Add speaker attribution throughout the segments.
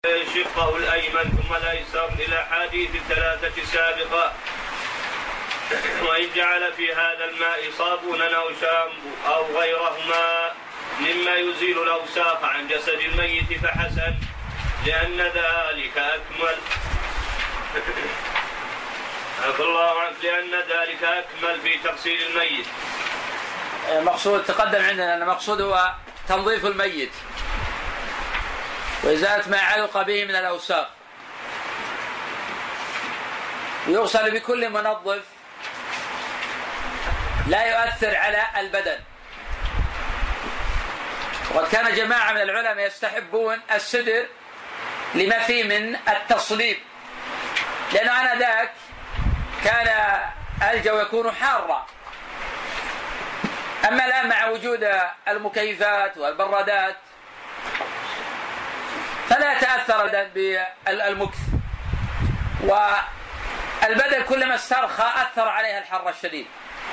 Speaker 1: شقه الأيمن ثم الأيسر إلى حديث الثلاثة سابقة. وإن جعل في هذا الماء صابونا أو شامبو أو غيرهما مما يزيل الأوساخ عن جسد الميت فحسن، لأن ذلك أكمل في تغسيل الميت.
Speaker 2: مقصود تقدم عندنا أن المقصود هو تنظيف الميت وإزالة ما علق به من الأوساخ. يغسل بكل منظف لا يؤثر على البدن. وقد كان جماعة من العلماء يستحبون السدر لما فيه من التصليب، لأنه آنذاك كان الجو يكون حارا. أما الآن مع وجود المكيفات والبرادات فلا يتأثر بالمكث، والبدن كلما استرخى أثر عليها الحر الشديد.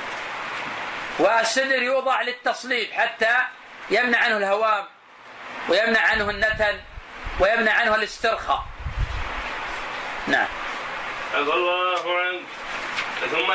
Speaker 2: والسدر يوضع للتصليب حتى يمنع عنه الهوام ويمنع عنه النتن ويمنع عنه الاسترخاء. نعم.
Speaker 1: عفى الله عنك. ثم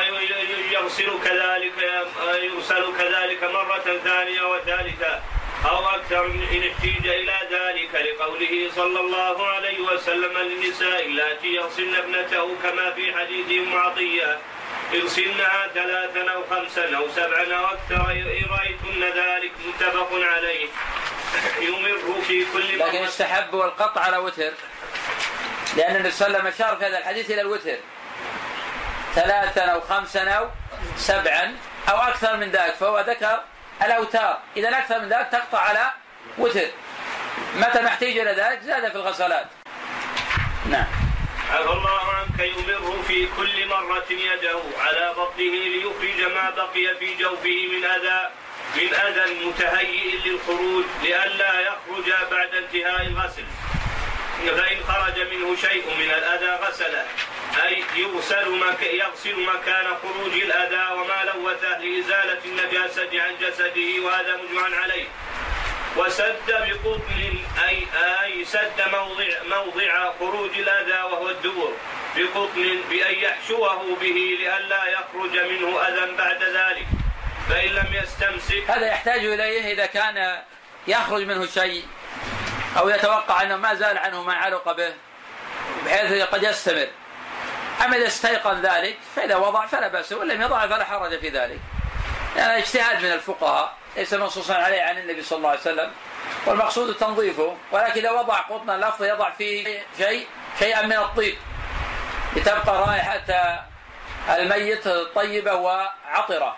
Speaker 1: يغسل كذلك مرة ثانية وثالثة أو أكثر إن احتيج إلى ذلك، لقوله صلى الله عليه وسلم للنساء اللاتي يغسلن ابنته كما في حديث أم عطية اغسلنها 3 أو 5 أو 7 أو أكثر إن رأيتن ذلك، متفق عليه. يمر في كل
Speaker 2: لكن استحب القطع على وتر، لأن النبي صلى الله عليه وسلم أشار في هذا الحديث إلى الوتر 3 أو 5 أو 7 أو أكثر من ذلك، فهو ذكر الأوتار. إذا أكثر من ذلك تقطع على وتر، متى نحتاج إلى ذلك زاد في الغسلات. نعم.
Speaker 1: عفى الله عنك. يمر في كل مرة يده على بطنه ليخرج ما بقي في جوفه من أذى متهيئ للخروج لئلا يخرج بعد انتهاء الغسل، فإن خرج منه شيء من الأذى غسله، أي يغسل مكان خروج الأذى وما لوثه لإزالة النجاسة عن جسده، وهذا مجمع عليه. وسد بقطن أي سد موضع خروج الأذى وهو الدبر بقطن بأن يحشوه به لئلا يخرج منه أذى بعد ذلك، فإن لم يستمسك.
Speaker 2: هذا يحتاج إليه إذا كان يخرج منه شيء أو يتوقع أنه ما زال عنه ما علق به بحيث قد يستمر. أما إذا استيقن ذلك فإذا وضع فلا بأس، وإن لم يضع فلا حرج في ذلك، يعني اجتهاد من الفقهاء ليس منصوصا عليه عن النبي صلى الله عليه وسلم، والمقصود تنظيفه. ولكن إذا وضع قطنا لفظ يضع فيه شيئا من الطيب لتبقى رائحة الميت طيبة وعطرة.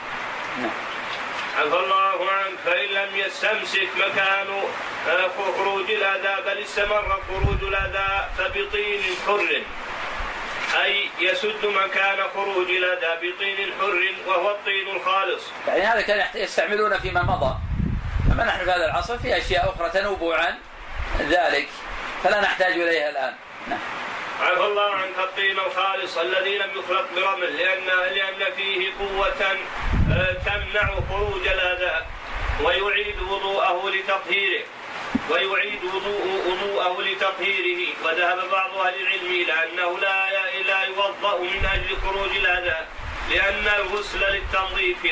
Speaker 1: عفى الله عنك. فإن لم يستمسك مكان خروج الأذى بل استمر خروج الأذى فبطين حر، أي يسد مكان خروج الأذى بطين حر وهو الطين الخالص.
Speaker 2: يعني هذا كان يستعملون فيما مضى، أما نحن في هذا العصر في أشياء أخرى تنوب عن ذلك فلا نحتاج إليها الآن. نعم.
Speaker 1: عفى الله عنك. الطين الخالص الذي لم يخلط برمل لأن فيه قوة تمنع خروج الأذى، ويعيد وضوءه لتطهيره. وذهب بعض أهل العلم إلى أنه لا يوضأ من أجل خروج الأذى، لأن الغسل للتنظيف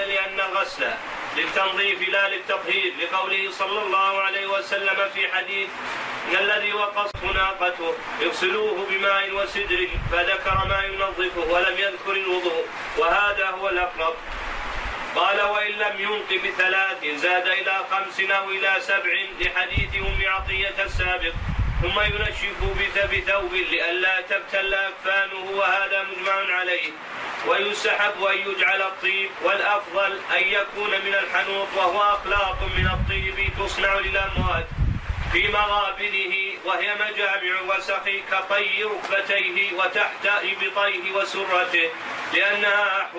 Speaker 1: لا للتطهير، لقوله صلى الله عليه وسلم في حديث إن الذي وقصته ناقته يغسلوه بماء وسدر، فذكر ما ينظفه ولم يذكر الوضوء، وهذا هو الأقرب. قال وإن لم ينق ب3 زاد إلى 5 أو إلى 7 لحديث أم عطية السابق، ثم ينشف بثوب لئلا تبتل أكفانه، وهذا مجمع عليه. ويستحب أن يجعل الطيب، والأفضل أن يكون من الحنوط، وهو أخلاق من الطيب تصنع للأموات في مغابره، وهي مجامع وسخ كطي ركبتيه وتحت إبطيه وسرته، لأنها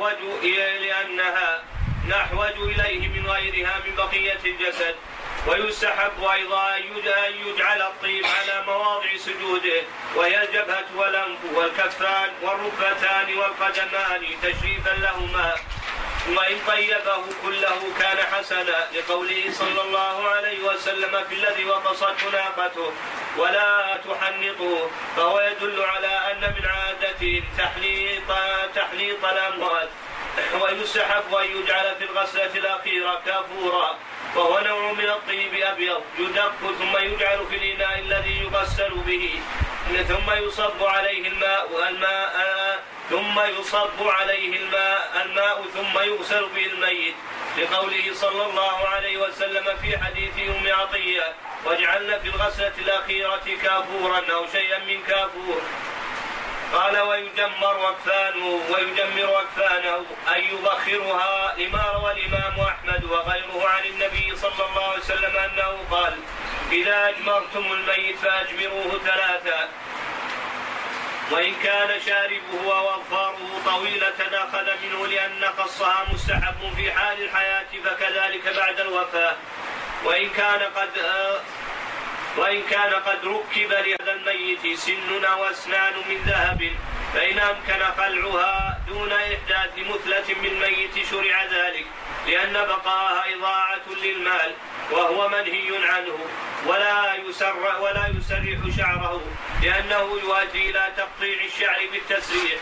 Speaker 1: نحوج إليه من غيرها من بقية الجسد. ويستحب أيضا أن يجعل الطيب على مواضع سجوده، وهي الجبهة والأنف والكفان والركبتان والقدمان تشريفا لهما، وإن طيبه كله كان حسنا، لقوله صلى الله عليه وسلم في الذي وقصته ناقته ولا تحنطوه، فهو يدل على أن من عادتهم تحنيط الأموات، ويستحب أن يجعل في الغسلة الأخيرة كافورا، وهو نوع من الطيب أبيض يدق ثم يجعل في الإناء الذي يغسل به، ثم يصب عليه الماء ثم يغسل به الميت، لقوله صلى الله عليه وسلم في حديث أم عطية: واجعلنا في الغسلة الأخيرة كافورا أو شيئا من كافور. قال: ويجمر أكفانه أن يبخرها، لما روى الإمام أحمد وغيره عن النبي صلى الله عليه وسلم أنه قال: إذا أجمرتم الميت فأجمروه 3، وإن كان شاربه وأظفاره طويلة أخذ منه، لأن قصها مستحب في حال الحياة فكذلك بعد الوفاة. وإن كان قد ركب لهذا الميت سن وأسنان من ذهب، فإن أمكن خلعها دون إحداث مثلة بالميت شرع ذلك، لأن بقاها إضاعة للمال وهو منهي عنه. ولا يسرح شعره، لأنه يؤدي إلى تقطيع الشعر بالتسريح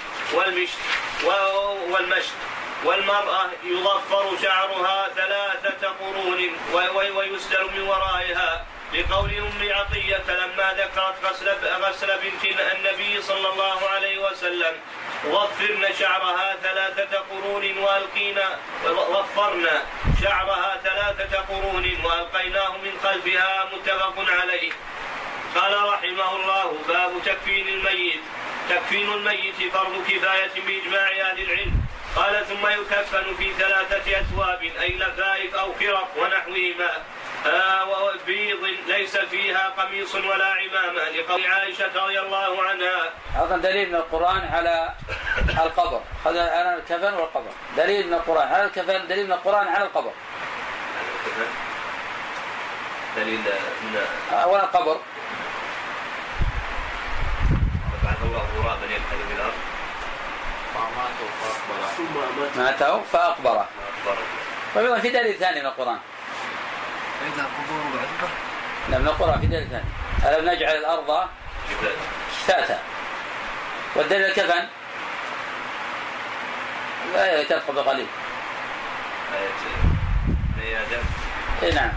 Speaker 1: والمشط. والمرأة يضفر شعرها 3 قرون ويسدل من ورائها، لقول أم عطية لما ذكرت غسل بنت النبي صلى الله عليه وسلم: ضفرن شعرها 3 قرون ضفرنا شعرها 3 قرون وألقيناه من خلفها، متفق عليه. قال رحمه الله: باب تكفين الميت فرض كفاية بإجماع أهل العلم. قال: ثم يكفن في 3 أثواب، أي لفائف أو خرق ونحوهما، وبيض ليس فيها قميص ولا عمامة، لقول عائشة رضي الله عنها.
Speaker 2: هذا دليل من القرآن على القبر، هذا على الكفن والقبر، دليل من القرآن على الكفن، دليل من القرآن على القبر.
Speaker 1: دليل من
Speaker 2: أولا القبر:
Speaker 1: بعث الله غرابا يبحث في الأرض
Speaker 2: ماتوا فأقبره. وأيضا في دليل ثاني من القرآن. لا، من القرآن في دليل ثاني: ألم نجعل الأرض كفاتا. والدليل الكفن لا تفقد قليل. إيه نعم.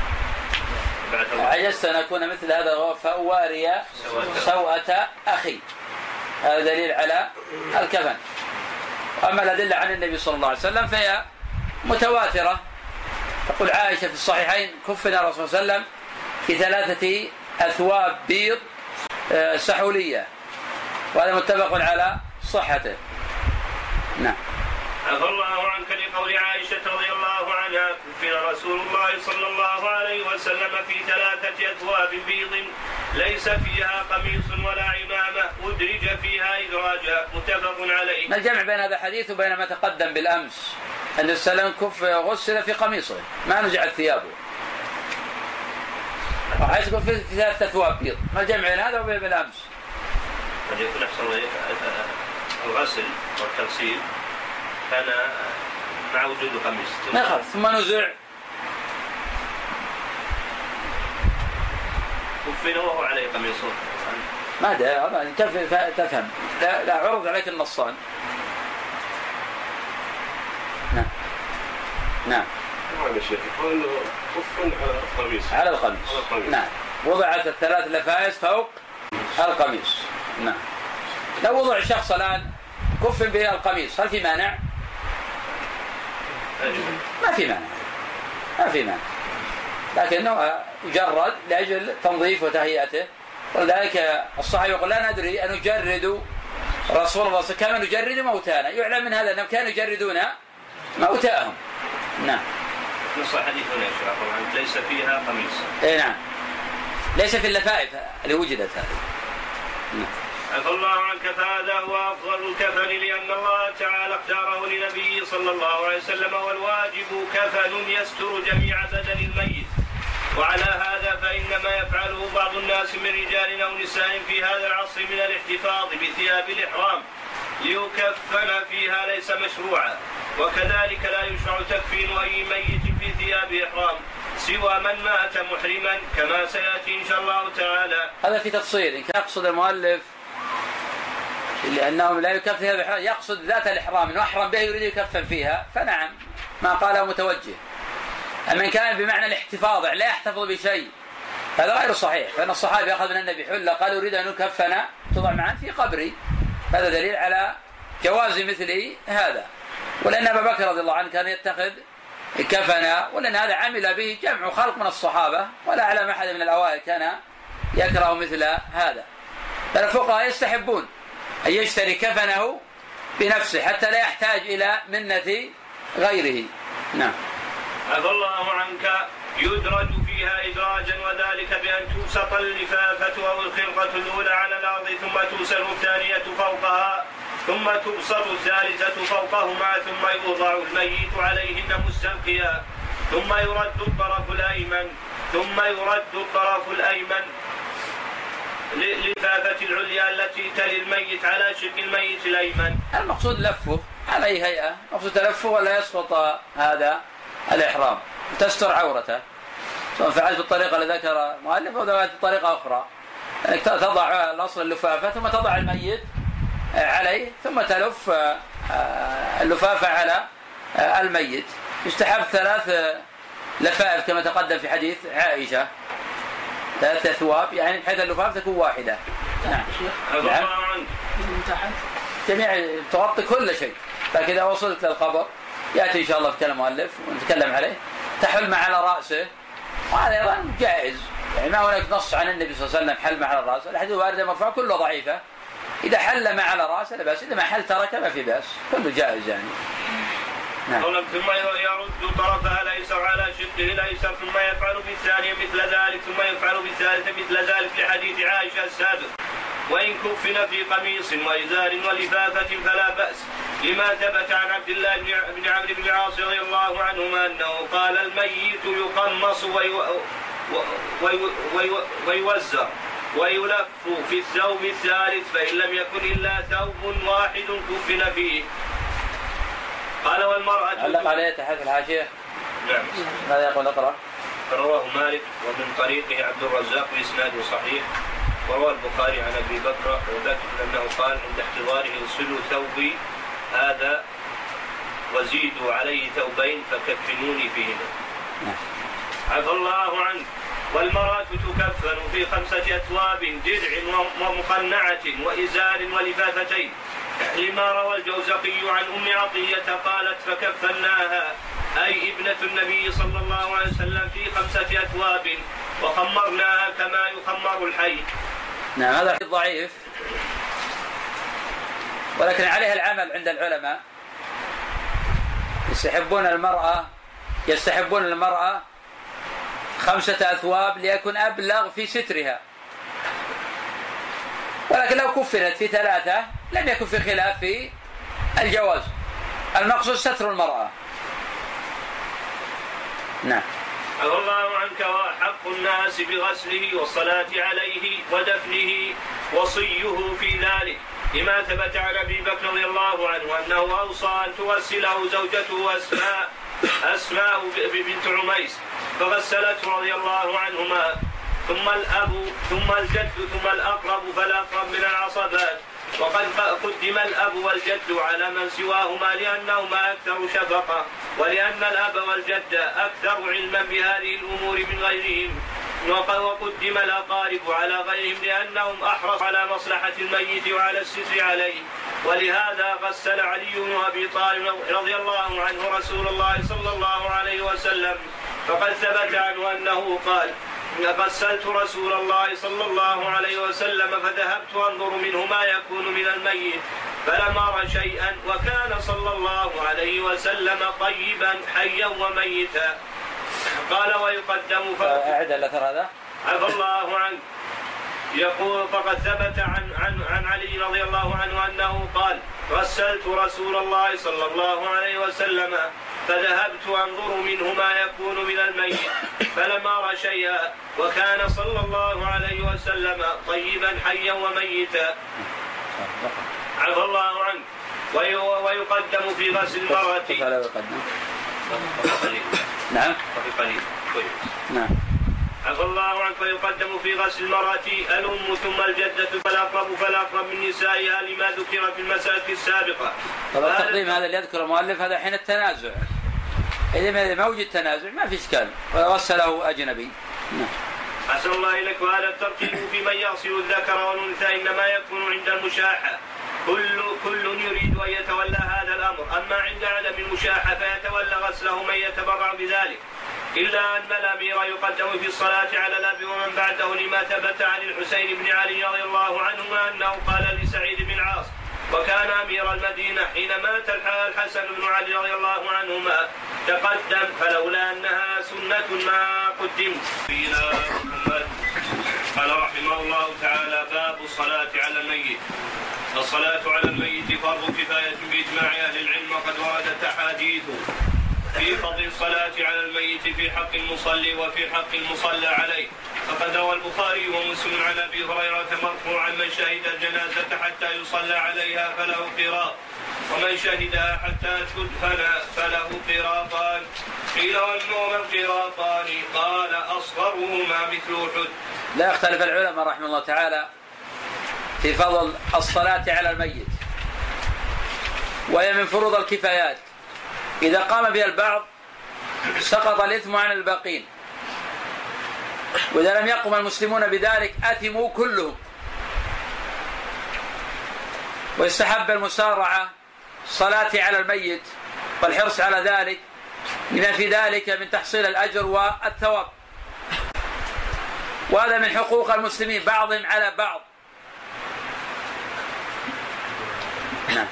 Speaker 2: عجزت أن أكون مثل هذا فأواري سوءة أخي، هذا دليل على الكفن. أما الأدلة عن النبي صلى الله عليه وسلم فهي متواترة. تقول عائشة في الصحيحين: كفنا الرسول صلى الله عليه وسلم في 3 أثواب بيض سحولية، وهذا متفق على صحته. نعم.
Speaker 1: عفى الله عنك، لقول عائشة رضي الله عنها: كفنا رسول الله صلى الله عليه وسلم في 3 أثواب بيض ليس فيها قميص ولا عمامة، أدرج فيها إدراجا، متفق عليه.
Speaker 2: ما الجمع بين هذا الحديث وبين ما تقدم بالأمس أن السلام غسل في قميصه ما نزعت ثيابه، وحيث يقول في 3 أثواب بيض، ما الجمع بين هذا وبين بالأمس؟
Speaker 1: قد يكون أحسن الغسل والتغسيل كان مع وجود قميص
Speaker 2: ثم نزع
Speaker 1: كفنا وهو عليه قميصه.
Speaker 2: ما ده تفهم. لا عرض عليك النصان. نعم.
Speaker 3: هذا الشيء يقول كف
Speaker 2: على القميص. نعم. وضعت 3 لفائف فوق القميص. نعم. لو وضع شخص الآن كف به القميص هل في مانع؟ ما في مانع، لكنه يجرد لأجل تنظيف وتهيئته. ولذلك الصحابة يقول: لا ندري أن نجرد رسول الله كما نجرد موتانا. يعلم من هذا أنهم كانوا يجردون موتاهم. نعم.
Speaker 1: نص الحديث هنا يا شيخ طبعا ليس فيها قميص.
Speaker 2: إيه نعم، ليس في اللفائف اللي وجدت هذه. نعم.
Speaker 1: عفى الله عنك، فهذا هو أفضل الكفن، لأن الله تعالى اختاره لنبيه صلى الله عليه وسلم، والواجب كفن يستر جميع بدن الميت. وعلى هذا فإنما يفعله بعض الناس من رجال أو نساء في هذا العصر من الاحتفاظ بثياب الإحرام ليكفن فيها ليس مشروعا. وكذلك لا يشرع تكفين أي ميت في ثياب إحرام سوى من مات محرما كما سيأتي إن شاء الله تعالى.
Speaker 2: هذا في تفصيل. إن كان يقصد المؤلف لأنه لا يكفن فيها يقصد ذات الإحرام إنه أحرم به يريد يكفن فيها فنعم ما قاله متوجه. أما إن كان بمعنى الاحتفاظ لا يحتفظ بشيء هذا غير صحيح، فإن الصحابي أخذ من النبي حلة قال يريد أن يكفن توضع معا في قبري، هذا دليل على جواز مثل هذا. ولأن أبا بكر رضي الله عنه كان يتخذ كفنا، ولأن هذا عمل به جمع خلق من الصحابة ولا أعلم أحد من الأوائل كان يكره مثل هذا. بل الفقهاء يستحبون أن يشتري كفنه بنفسه حتى لا يحتاج إلى منة غيره. نعم.
Speaker 1: عفى الله عنك. يدرج فيها إدراجا وذلك بأن تبسط اللفافة أو الخرقة الأولى على الأرض ثم توسل الثانية فوقها ثم تبسط الثالثة فوقهما ثم يوضع الميت عليهن مستلقيا ثم يرد الطرف الأيمن للفافة العليا التي تلي الميت على شق الميت الأيمن.
Speaker 2: المقصود لفه على أي هيئة، مقصود تلفه ولا يسقط هذا الإحرام، تستر عورته سواء فعلت بالطريقة اللي ذكر المؤلف أو فعلت بطريقة أخرى، يعني تضع الأصل اللفافة ثم تضع الميت عليه ثم تلف اللفافة على الميت. يستحب 3 لفائف كما تقدم في حديث عائشة، 3 أثواب يعني بحيث اللفافة تكون واحدة. نعم. جميع تغطي كل شيء، لكن إذا وصلت للقبر يأتي إن شاء الله في كلام المؤلف ونتكلم عليه تحل على رأسه، وهذا أيضا جائز، يعني ما هناك نص عن النبي صلى الله عليه وسلم حل على الرأس، الحديث واردة مرفوعة كله ضعيفة، إذا حل على رأسه لا بأس، إذا ما حل ترك ما في بأس، كله جائز يعني.
Speaker 1: نعم. ثم يرد طرفها الأيسر على شقه الأيسر ثم يفعل بالثانية مثل ذلك ثم يفعل بالثالثة مثل ذلك لحديث عائشة السابق. وإن كفن في قميص وإزار ولفافة فلا بأس، لما ثبت عن عبد الله بن عمرو بن العاص رضي الله عنهما أنه قال الميت يقمص ويوزر ويلف في الثوب الثالث فإن لم يكن إلا ثوب واحد كفن فيه. قال والمرأة
Speaker 2: علق عليه تحت الحاشية.
Speaker 1: نعم.
Speaker 2: ماذا يقول اقرأ؟
Speaker 1: رواه مالك ومن طريقه عبد الرزاق بإسناد صحيح، وروى البخاري عن أبي بكر وذكر أنه قال عند احتضاره اغسلوا ثوبي هذا وزيدوا عليه ثوبين فكفنوني فيهما. عفى الله عنه. والمرأة تكفن في 5 أثواب درع ومقنعة وإزار ولفافتين، لما روى الجوزقي عن أم عطية قالت فكفناها أي ابنة النبي صلى الله عليه وسلم في 5 أثواب وخمرناها كما يخمر الحي.
Speaker 2: نعم. هذا ضعيف ولكن عليها العمل عند العلماء، يستحبون المرأة 5 أثواب ليكن أبلغ في سترها، ولكن لو كفنت في 3 لم يكن في خلاف في الجواز، المقصود ستر المرأة. نعم.
Speaker 1: عفى الله عنك. وحق الناس بغسله والصلاة عليه ودفنه وصيه في ذلك، لما ثبت عن أبي بكر رضي الله عنه أنه أوصى أن تغسله زوجته أسماء بنت عميس فغسلته رضي الله عنهما، ثم الأب ثم الجد ثم الأقرب فالأقرب من العصبات، وقد قدم الأب والجد على من سواهما لأنهما أكثر شفقة، ولأن الأب والجد أكثر علما بهذه الأمور من غيرهم، وقدم الأقارب على غيرهم لأنهم أحرص على مصلحة الميت وعلى الستر عليه. ولهذا غسل علي بن أبي طالب رضي الله عنه رسول الله صلى الله عليه وسلم، فقد ثبت عنه أنه قال غسلت رسول الله صلى الله عليه وسلم فذهبت أنظر منه ما يكون من الميت فلم أر شيئا، وكان صلى الله عليه وسلم طيبا حيا وميتا. قال ويقدم
Speaker 2: أعد الأثر هذا.
Speaker 1: عفى الله عنه. يقول فقد ثبت عن علي رضي الله عنه أنه قال غسلت رسول الله صلى الله عليه وسلم فذهبت أنظر منه ما يكون من الميت فلم أرى شيئا، وكان صلى الله عليه وسلم طيبا حيا وميتا. عفى الله عنه. ويقدم في غسل المرأة.
Speaker 2: نعم. نعم.
Speaker 1: عفى الله عنك. فيقدم في غسل المرأة الأم ثم الجدة فالأقرب من نسائها لما ذكر في المسألة السابقة.
Speaker 2: طبعا التقديم هذا اللي يذكر المؤلف هذا حين التنازع، إذا ما وجد تنازع ما في إشكال ولا غسله أجنبي. نعم.
Speaker 1: أحسن الله إليك. وهذا الترتيب في من يغسل الذكر والأنثى إنما يكون عند المشاحة، كل يريد أن يتولى هذا الأمر. أما عند عدم المشاحة فيتولى غسله من يتبرع بذلك، إلا أن الأمير يقدم في الصلاة على الأب ومن بعده لما ثبت عن الحسين بن علي رضي الله عنهما أنه قال لسعيد بن العاص وكان أمير المدينة حين مات الحسن بن علي رضي الله عنهما تقدم فلولا أنها سنة ما قدمت. قال رحمه الله تعالى: باب الصلاة على الميت. الصلاة على الميت فرض كفاية بإجماع أهل العلم، وقد وردت أحاديث في فضل الصلاة على الميت في حق المصلي وفي حق المصلى عليه. فقد روى البخاري ومسلم عن أبي هريرة مرفوعا: من شهد الجنازة حتى يصلى عليها فله قراط، ومن شهدها حتى تدفن فله قراطان. قيل: وما القراطان؟ قال: أصغرهما مثل أحد.
Speaker 2: لا يختلف العلماء رحمه الله تعالى في فضل الصلاة على الميت، وهي من فروض الكفايات، إذا قام بها البعض سقط الإثم عن الباقين، وإذا لم يقم المسلمون بذلك أثموا كلهم. ويستحب المسارعة الصلاة على الميت والحرص على ذلك لما في ذلك من تحصيل الأجر والثواب، وهذا من حقوق المسلمين بعضهم على بعض. نعم.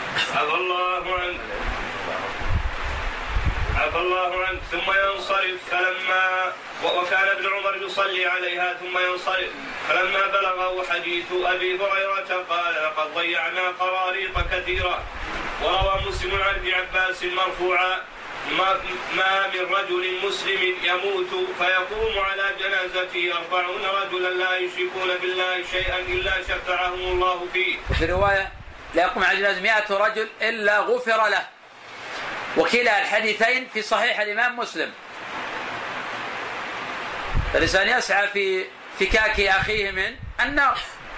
Speaker 1: عفى الله عنه. ثم ينصرف وكان ابن عمر يصلي عليها ثم ينصرف. فلما بلغه حديث أبي هريرة قال: لقد ضيعنا قراريط كثيرة. وروى مسلم عن ابن عباس مرفوعا: ما من رجل مسلم يموت فيقوم على جنازته 40 رجلا لا يشركون بالله شيئا إلا شفعهم الله فيه.
Speaker 2: وفي رواية: لا يقوم على جنازة 100 رجل إلا غفر له. وكلا الحديثين في صحيح الإمام مسلم. فالإنسان يسعى في فكاك أخيه من النار.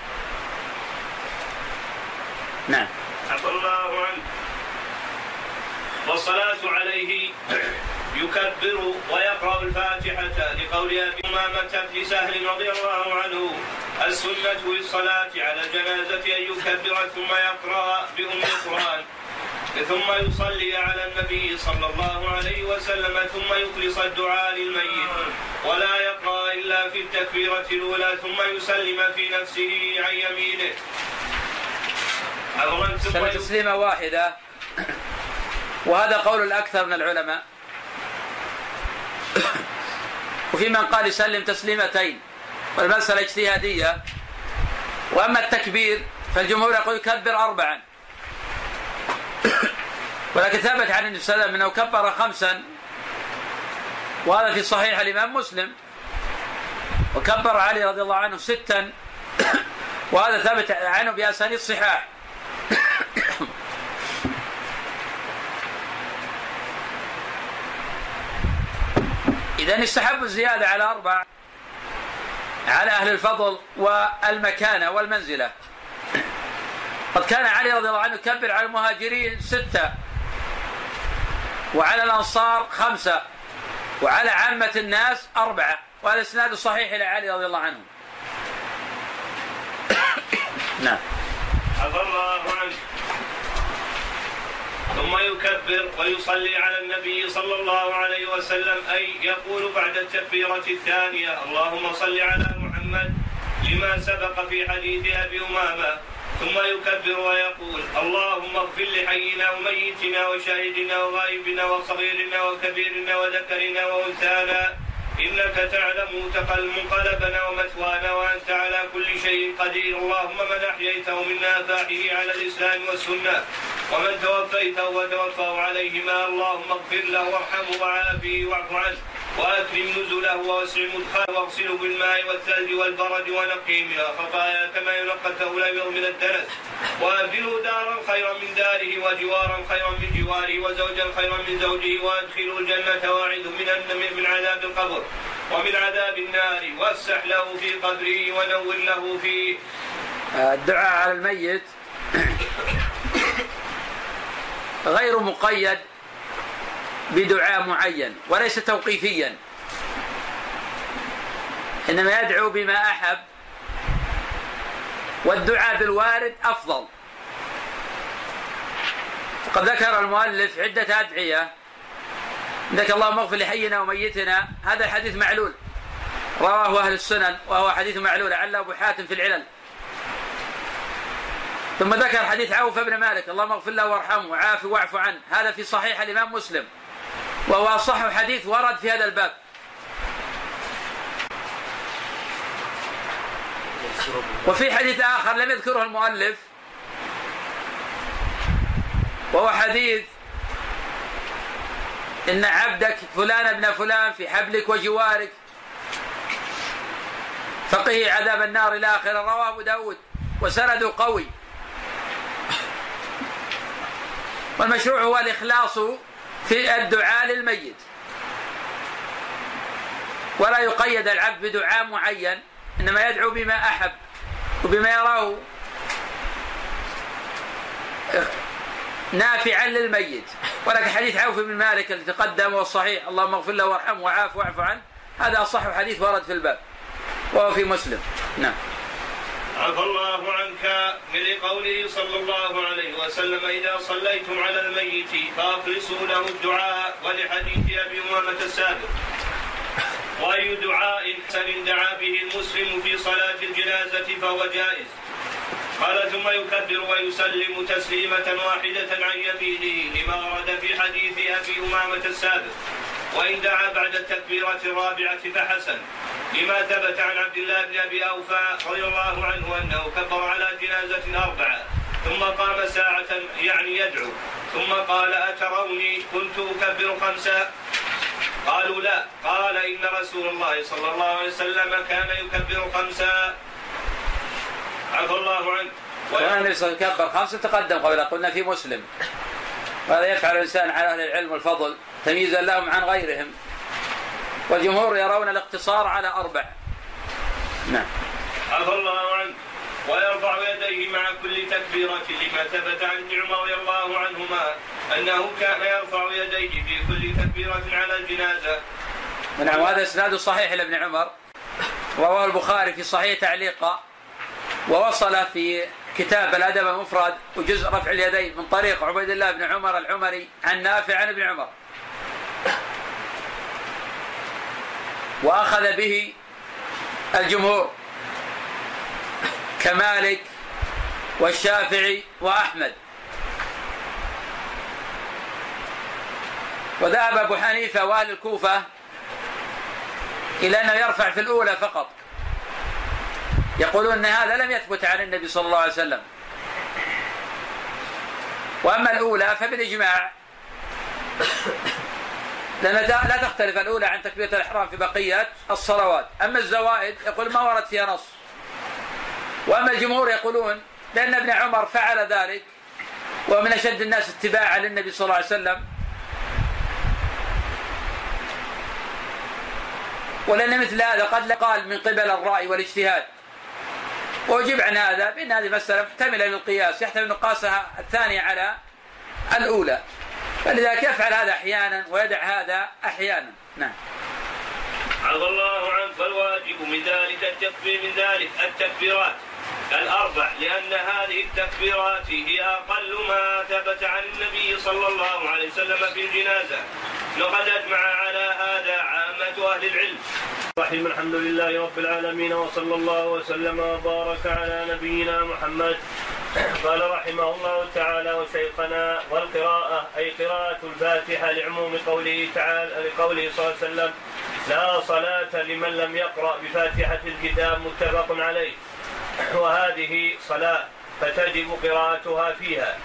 Speaker 2: نعم.
Speaker 1: عفى الله عنه. والصلاة عليه يكبر ويقرأ الفاتحة، لقول أبي أمامة بن سهل رضي الله عنه: السنة في الصلاة على الجنازة أن يكبر ثم يقرأ بأم القرآن، ثم يصلي على النبي صلى الله عليه وسلم، ثم يخلص الدعاء للميت ولا يقرأ إلا في التكبيرة الأولى، ثم يسلم في نفسه عن يمينه
Speaker 2: تسليمة واحدة، وهذا قول الأكثر من العلماء. وفي من قال يسلم تسليمتين، والمسألة اجتهادية. وأما التكبير فالجمهور يقول يكبر 4، ولكن ثبت عن النبي صلى الله عليه وسلم أنه كبر 5، وهذا في صحيح الإمام مسلم. وكبر علي رضي الله عنه 6، وهذا ثبت عنه بأسانيد صحاح. إذن يستحب الزيادة على 4 على أهل الفضل والمكانة والمنزلة. قد كان علي رضي الله عنه يكبر على المهاجرين 6، وعلى الأنصار 5، وعلى عامة الناس 4، وهذا الإسناد صحيح إلى علي رضي الله عنه. نعم.
Speaker 1: عفى الله عنه. ثم يكبر ويصلي على النبي صلى الله عليه وسلم، أي يقول بعد التكبيرة الثانية: اللهم صل على محمد، لما سبق في حديث أبي أمامة. ثم يكبر ويقول: اللهم اغفر لحينا وميتنا وشاهدنا وغائبنا وصغيرنا وكبيرنا وذكرنا وأنثانا، إنك تعلم منقلبنا ومثوانا، وأنت على كل شيء قدير. اللهم من أحييته منا فأحيه على الإسلام والسنة، ومن توفيته وتوفاه عليهما، اللهم اغفر له وارحمه وعافه واعف عنه، وأكرم نزله ووسع مدخله واغسله بالماء والثلج والبرد ونقيه من الخطايا كما ينقى الثوب من الدنس، وأبدله دارا خيرا من داره وجوارا خيرا من جواره وزوجا خيرا من زوجه، وأدخله الجنة واعظه من عذاب القبر ومن عذاب النار، وافسح له في قبره ونور له فيه.
Speaker 2: الدعاء على الميت غير مقيد بدعاء معين وليس توقيفيا، إنما يدعو بما أحب، والدعاء بالوارد أفضل. قد ذكر المؤلف عدة أدعية، عندك اللهم اغفر لحينا وميتنا، هذا الحديث معلول رواه أهل السنن وهو حديث معلول عل أبو حاتم في العلل. ثم ذكر حديث عوف بن مالك اللهم اغفر له وارحمه وعافه واعف عنه، هذا في صحيح الإمام مسلم وهو أصح حديث ورد في هذا الباب. وفي حديث آخر لم يذكره المؤلف وهو حديث إن عبدك فلان ابن فلان في حبلك وجوارك فقه عذاب النار إلى آخره، رواه أبو داود وسنده قوي. والمشروع هو الإخلاص في الدعاء للميت، ولا يقيد العبد بدعاء معين، إنما يدعو بما أحب وبما يراه نافعا للميت. ولكن حديث عوف بن مالك الذي تقدم والصحيح اللهم اغفر له وارحمه وعافه واعف عنه، هذا أصح حديث ورد في الباب وهو في مسلم. نعم.
Speaker 1: عفى الله عنك لقوله صلى الله عليه وسلم إذا صليتم على الميت فأخلصوا له الدعاء، ولحديث أبي أمامة السابق. وأي دعاء حسن دعا به المسلم في صلاة الجنازة فهو جائز. قال ثم يكبر ويسلم تسليمة واحدة عن يمينه لما ورد في حديث أبي أمامة السابق، وإن دعا بعد التكبيرة الرابعة فحسن، لما ثبت عن عبد الله بن أبي أوفى رضي الله عنه أنه كبر على جنازة 4 ثم قام ساعة يعني يدعو، ثم قال أتروني كنت أكبر 5؟ قالوا لا، قال إن رسول الله صلى الله عليه وسلم كان يكبر 5. عفى الله عنه.
Speaker 2: وأنا النبي صلى الله عليه وسلم كبر 5 تقدم قبل، قلنا في مسلم. وهذا يفعل الإنسان على أهل العلم والفضل تمييزا لهم عن غيرهم، والجمهور يرون الاقتصار على 4. نعم.
Speaker 1: عفى الله عنه. ويرفع يديه مع كل تكبيرة لما ثبت عن ابن عمر رضي الله عنهما أنه كان يرفع يديه في كل تكبيرة على الجنازة.
Speaker 2: نعم. وهذا إسناد صحيح لابن عمر، ورواه البخاري في صحيح تعليقا، ووصل في كتاب الأدب المفرد وجزء رفع اليدين من طريق عبيد الله بن عمر العمري عن نافع عن ابن عمر، وأخذ به الجمهور كمالك والشافعي وأحمد. وذهب أبو حنيفة وأهل الكوفة إلى أنه يرفع في الأولى فقط، يقولون أن هذا لم يثبت عن النبي صلى الله عليه وسلم. وأما الأولى فبالإجماع، لأن لا تختلف الأولى عن تكبيرة الإحرام في بقية الصلوات. أما الزوائد يقول ما ورد فيها نص. وأما الجمهور يقولون لأن ابن عمر فعل ذلك ومن أشد الناس اتباعا للنبي صلى الله عليه وسلم، ولأن مثل هذا قد قال من قبل الرأي والاجتهاد. وأجيب عن هذا بأن هذه مسألة محتملة للقياس، يحتمل نقاسها الثانية على الأولى، فلذلك يفعل هذا أحيانا ويدع هذا أحيانا. نعم.
Speaker 1: عفى الله عنك. فالواجب من ذلك التكبيرات 4، لأن هذه التكبيرات هي أقل ما ثبت عن النبي صلى الله عليه وسلم في الجنازة، لقد أجمع على هذا عامة أهل العلم. رحم الحمد لله رب العالمين، وصلى الله وسلم وبارك على نبينا محمد. قال رحمه الله تعالى: وشيخنا والقراءة أي قراءة الفاتحة لعموم قوله تعالى لقوله صلى الله عليه وسلم: لا صلاة لمن لم يقرأ بفاتحة الكتاب، متفق عليه. وهذه صلاة فتجب قراءتها فيها.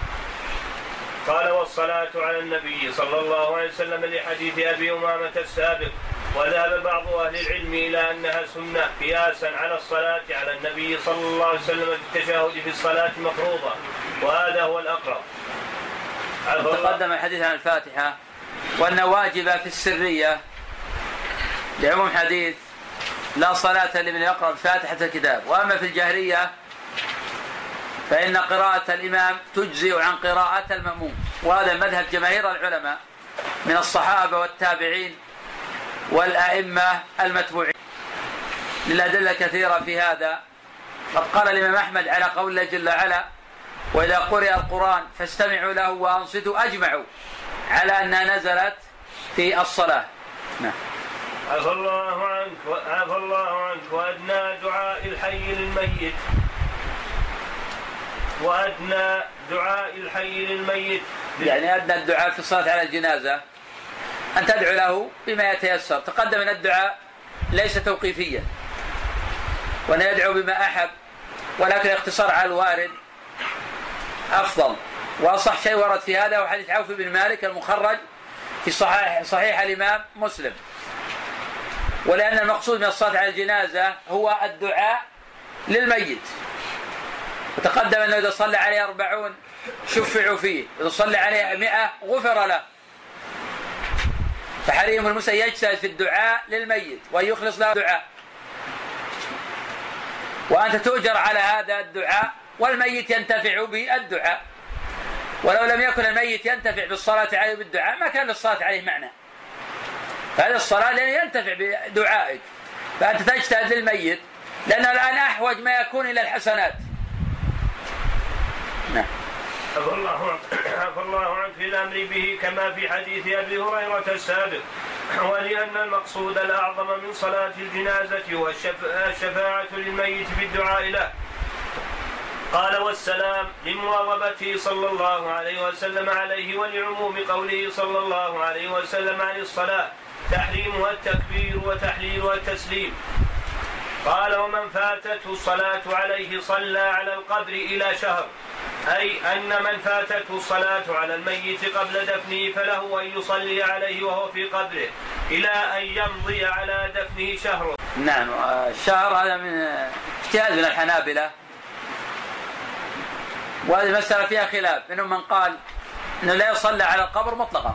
Speaker 1: قال: والصلاة على النبي صلى الله عليه وسلم لحديث أبي أمامة السابق وذهب بعض أهل العلم إلى أنها سنة قياسا على الصلاة على النبي صلى الله عليه وسلم في التشهد في الصلاة مفروضة، وهذا هو الأقرب.
Speaker 2: تقدم الحديث عن الفاتحة وأنها واجبة في السرية لعموم حديث لا صلاة لمن يقرأ فاتحة الكتاب، وأما في الجهرية فإن قراءة الإمام تجزئ عن قراءة المأموم، وهذا مذهب جماهير العلماء من الصحابة والتابعين والأئمة المتبوعين للأدلة كثيرة في هذا. قد قال الإمام أحمد على قول الله جل وعلا: وإذا قرئ القرآن فاستمعوا له وأنصتوا، أجمعوا على أنها نزلت في الصلاة. نعم.
Speaker 1: عفى الله عنك. وأدنى دعاء الحي للميت
Speaker 2: يعني أدنى الدعاء في الصلاة على الجنازة أن تدعو له بما يتيسر. تقدم أن الدعاء ليس توقيفيا وأن يدعو بما أحب، ولكن الاقتصار على الوارد أفضل، وأصح شيء ورد في هذا وحديث عوف بن مالك المخرج في صحيح الإمام مسلم. ولأن المقصود من الصلاة على الجنازة هو الدعاء للميت، وتقدم أنه إذا صلى عليه 40 شفعوا فيه، إذا صلى عليه 100 غفر له. فحريم المسلم يجتهد في الدعاء للميت وأن يخلص له دعاء، وأنت تؤجر على هذا الدعاء والميت ينتفع بالدعاء. ولو لم يكن الميت ينتفع بالصلاة عليه بالدعاء ما كان للصلاة عليه معنى. فهذه الصلاة لأن ينتفع بدعائك، فأنت تجتهد للميت لأنه الآن أحوج ما يكون إلى الحسنات. نعم.
Speaker 1: عفى الله عنك في الأمر به كما في حديث أبي هريرة السابق. ولأن المقصود الأعظم من صلاة الجنازة هو الشفاعة للميت بالدعاء له. قال: والسلام لمواظبته صلى الله عليه وسلم عليه، ولعموم قوله صلى الله عليه وسلم عن الصلاة تحريمها التكبير وتحليلها التسليم. قال: ومن فاتته الصلاة عليه صلى على القبر إلى شهر، أي أن من فاتته الصلاة على الميت قبل دفنه فله أن يصلي عليه وهو في قبره إلى أن يمضي على دفنه شهر.
Speaker 2: نعم. الشهر هذا من اجتهاد من الحنابلة، وهذه المسألة فيها خلاف، منهم من قال أنه لا يصلى على القبر مطلقا،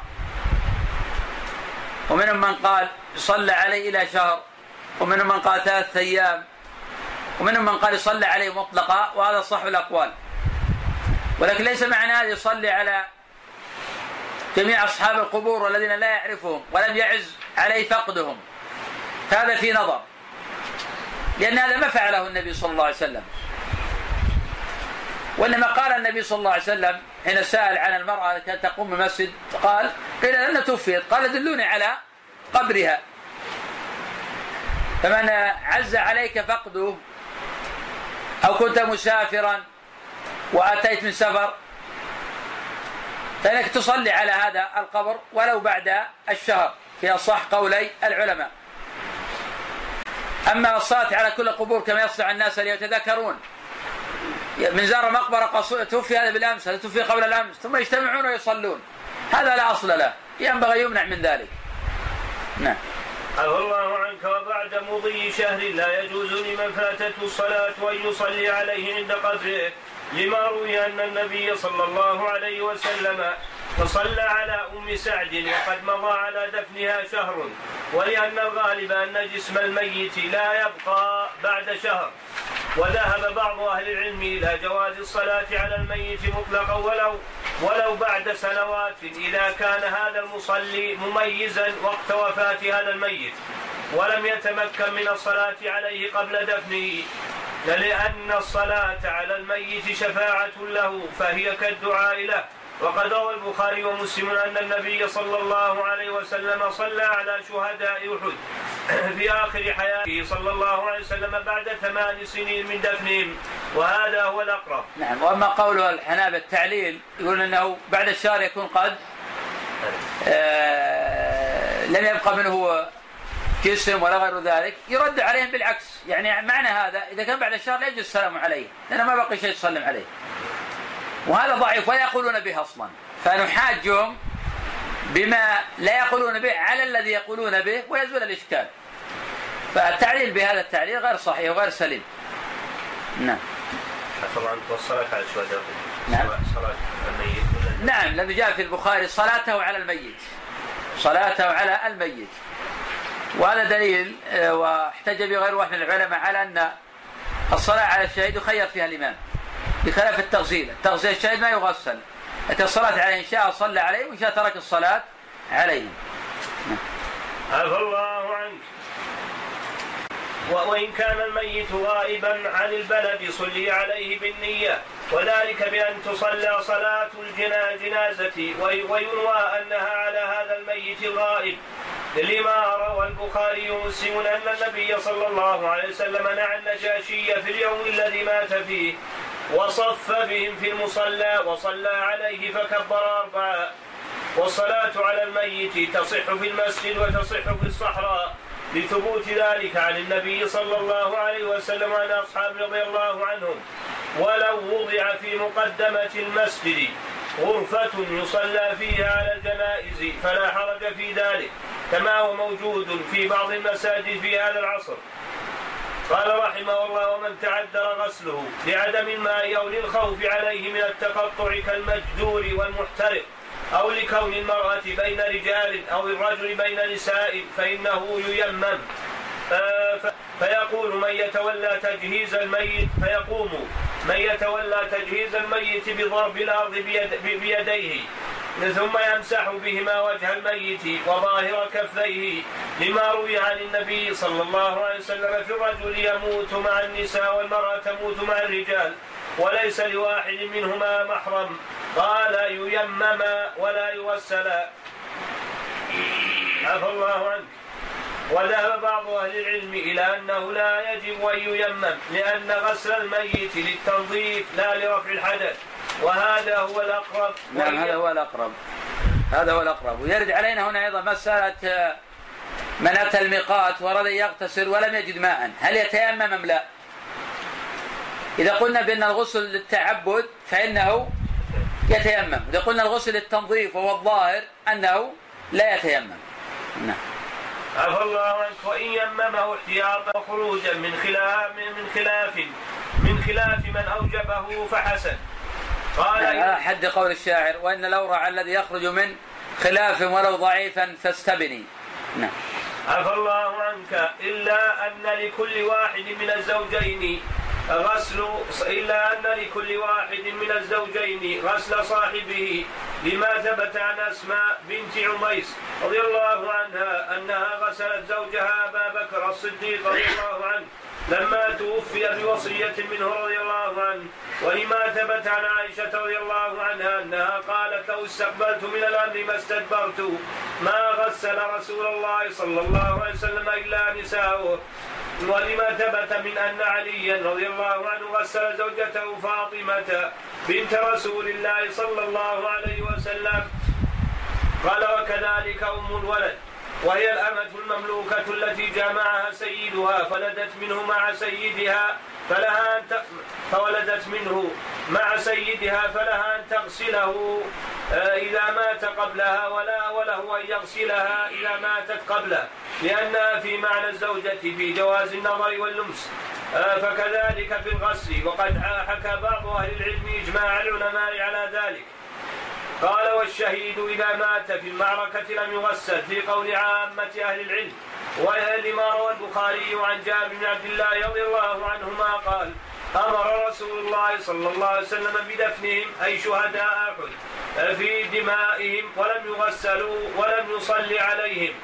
Speaker 2: ومنهم من قال يصلى عليه إلى شهر، ومنهم من قال 3 أيام، ومنهم من قال يصلى عليه مطلقا، وهذا صح الأقوال. ولكن ليس معنى هذا يصلي على جميع أصحاب القبور الذين لا يعرفهم ولم يعز عليه فقدهم، هذا في نظر، لأن هذا ما فعله النبي صلى الله عليه وسلم. وإنما قال النبي صلى الله عليه وسلم حين سأل عن المرأة كانت تقوم بالمسجد قيل لأنها توفيت، قال: دلوني على قبرها. فمن عز عليك فقده أو كنت مسافرا وأتيت من سفر فإنك تصلي على هذا القبر ولو بعد الشهر، في أصح قولي العلماء. أما الصلاة على كل القبور كما يصنع الناس ليتذكرون، من زار مقبرة توفي هذا بالأمس، هذا توفي قبل الأمس، ثم يجتمعون ويصلون، هذا لا أصل له، ينبغي يمنع من ذلك. نعم.
Speaker 1: عفى الله عنك. وبعد مضي شهر لا يجوز لمن فاتته الصلاة أن يصلي عليه عند قبره، لما روي أن النبي صلى الله عليه وسلم فصلى على أم سعد وقد مضى على دفنها شهر، ولأن الغالب أن جسم الميت لا يبقى بعد شهر. وذهب بعض أهل العلم إلى جواز الصلاة على الميت مطلقا ولو بعد سنوات، إذا كان هذا المصلي مميزا وقت وفاة هذا الميت ولم يتمكن من الصلاة عليه قبل دفنه، لأن الصلاة على الميت شفاعة له فهي كالدعاء له. وقد روى البخاري ومسلم أن النبي صلى الله عليه وسلم صلى على شهداء أحد في آخر حياته صلى الله عليه وسلم بعد 8 سنين من دفنهم، وهذا هو الأقرب.
Speaker 2: نعم. وأما قوله الحنابلة التعليل يقول أنه بعد الشهر يكون قد لم يبقى منه جسم ولا غير ذلك، يرد عليهم بالعكس، يعني معنى هذا إذا كان بعد الشهر لا يجوز السلام عليه لأنه ما بقي شيء يسلم عليه، وهذا ضعيف ولا يقولون به أصلا. فنحاجهم بما لا يقولون به على الذي يقولون به ويزول الإشكال. فالتعليل بهذا التعليل غير صحيح وغير سليم. نعم.
Speaker 1: طبعا والصلاة على الشهداء.
Speaker 2: نعم.
Speaker 1: صلاة الميت.
Speaker 2: نعم، الذي جاء في البخاري صلاته على الميت، صلاته على الميت. وهذا دليل، واحتج به غير واحد من العلماء على أن الصلاة على الشهيد يخير فيها الإمام بخلاف التغسيل. التغسيل الشهيد ما يغسل، لكن الصلاة عليه إن شاء صلى عليه وإن شاء ترك الصلاة عليه.
Speaker 1: عفى الله عنك. وإن كان الميت غائبا عن البلد صلي عليه بالنية، وذلك بأن تصلى صلاة الجنازة وينوى أنها على هذا الميت الغائب، لما روى البخاري ومسلم أن النبي صلى الله عليه وسلم نعى النجاشي في اليوم الذي مات فيه وصف بهم في المصلى وصلى عليه فكبر 4. والصلاة على الميت تصح في المسجد وتصح في الصحراء لثبوت ذلك عن النبي صلى الله عليه وسلم وعن أصحابه رضي الله عنهم. ولو وضع في مقدمة المسجد غرفة يصلى فيها على الجنائز فلا حرج في ذلك، كما هو موجود في بعض المساجد في هذا العصر. قال رحمه الله: ومن تعذر غسله لعدم الماء أو للخوف عليه من التقطع كالمجدور والمحترق، أو لكون المرأة بين رجال أو الرجل بين نساء فإنه ييمم. فيقوم من يتولى تجهيز الميت بضرب الأرض بيديه، ثم يمسح بهما وجه الميت وظاهر كفيه، لما روي عن النبي صلى الله عليه وسلم في الرجل يموت مع النساء والمرأة تموت مع الرجال وليس لواحد منهما محرم. قال: ييمم ولا يغسل. عفى الله عنك. وذهب بعض أهل العلم إلى أنه لا يجب أن ييمم، لأن غسل الميت للتنظيف لا لرفع الحدث، وهذا هو الأقرب.
Speaker 2: نعم، هذا هو الأقرب. ويرد علينا هنا أيضا مسألة من أتى الميقات ورد يغتسل ولم يجد ماء، هل يتيمم أم لا؟ إذا قلنا بأن الغسل للتعبد فإنه يتيمم، إذا قلنا الغسل للتنظيف وهو الظاهر أنه لا يتيمم. نعم.
Speaker 1: عفى الله عنك. وإن يممه احتياطا خروجا من خلاف من أوجبه فحسن. قال:
Speaker 2: على حد قول الشاعر: وإن الأورع الذي يخرج من خلاف ولو ضعيفا فاستبني. نعم.
Speaker 1: عفى الله عنك. إلا أن لكل واحد من الزوجين غسل صاحبه، لما ثبت عن أسماء بنت عميس رضي الله عنها أنها غسلت زوجها أبا بكر الصديق رضي الله عنه لما توفي بوصية منه رضي الله عنه. ولما ثبت عن عائشة رضي الله عنها أنها قالت: لو استقبلت من الأمر ما استدبرت، ما غسل رسول الله صلى الله عليه وسلم إلا نساؤه. ولما ثبت من أن عليا رضي الله عنه غسل زوجته فاطمة بنت رسول الله صلى الله عليه وسلم. قال: وكذلك أم الولد، وهي الأمة المملوكة التي جامعها سيدها فولدت منه مع سيدها فلها أن تغسله إذا مات قبلها، وله أن يغسلها إذا ماتت قبله، لأنها في معنى الزوجة في جواز النظر واللمس. فكذلك في الغسل. وقد حكى بعض أهل العلم إجماع العلماء على ذلك. قال: والشهيد إذا مات في المعركة لم يغسل، في قول عامة أهل العلم. ولما روى البخاري عن جابر بن عبد الله رضي الله عنهما قال: أمر رسول الله صلى الله عليه وسلم بدفنهم، أي شهداء أحد، في دمائهم ولم يغسلوا ولم يصلي عليهم.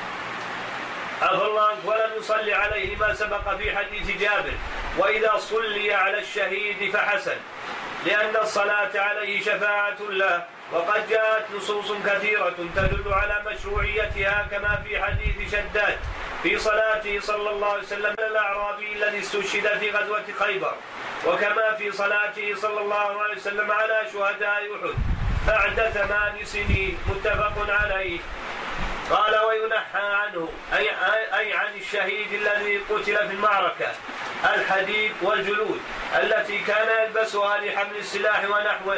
Speaker 1: ولم يصلي عليه ما سبق في حديث جابر: وإذا صلي على الشهيد فحسن، لأن الصلاة عليه شفاعة له. وقد جاءت نصوص كثيرة تدل على مشروعيتها، كما في حديث شداد في صلاته صلى الله عليه وسلم الأعرابي الذي استشهد في غزوة خيبر، وكما في صلاته صلى الله عليه وسلم على شهداء أحد بعد 8 سنين، متفق عليه. قال: وينحى عنه، أي عن الشهيد الذي قتل في المعركة، الحديد والجلود التي كان يلبسها لحمل السلاح ونحوه،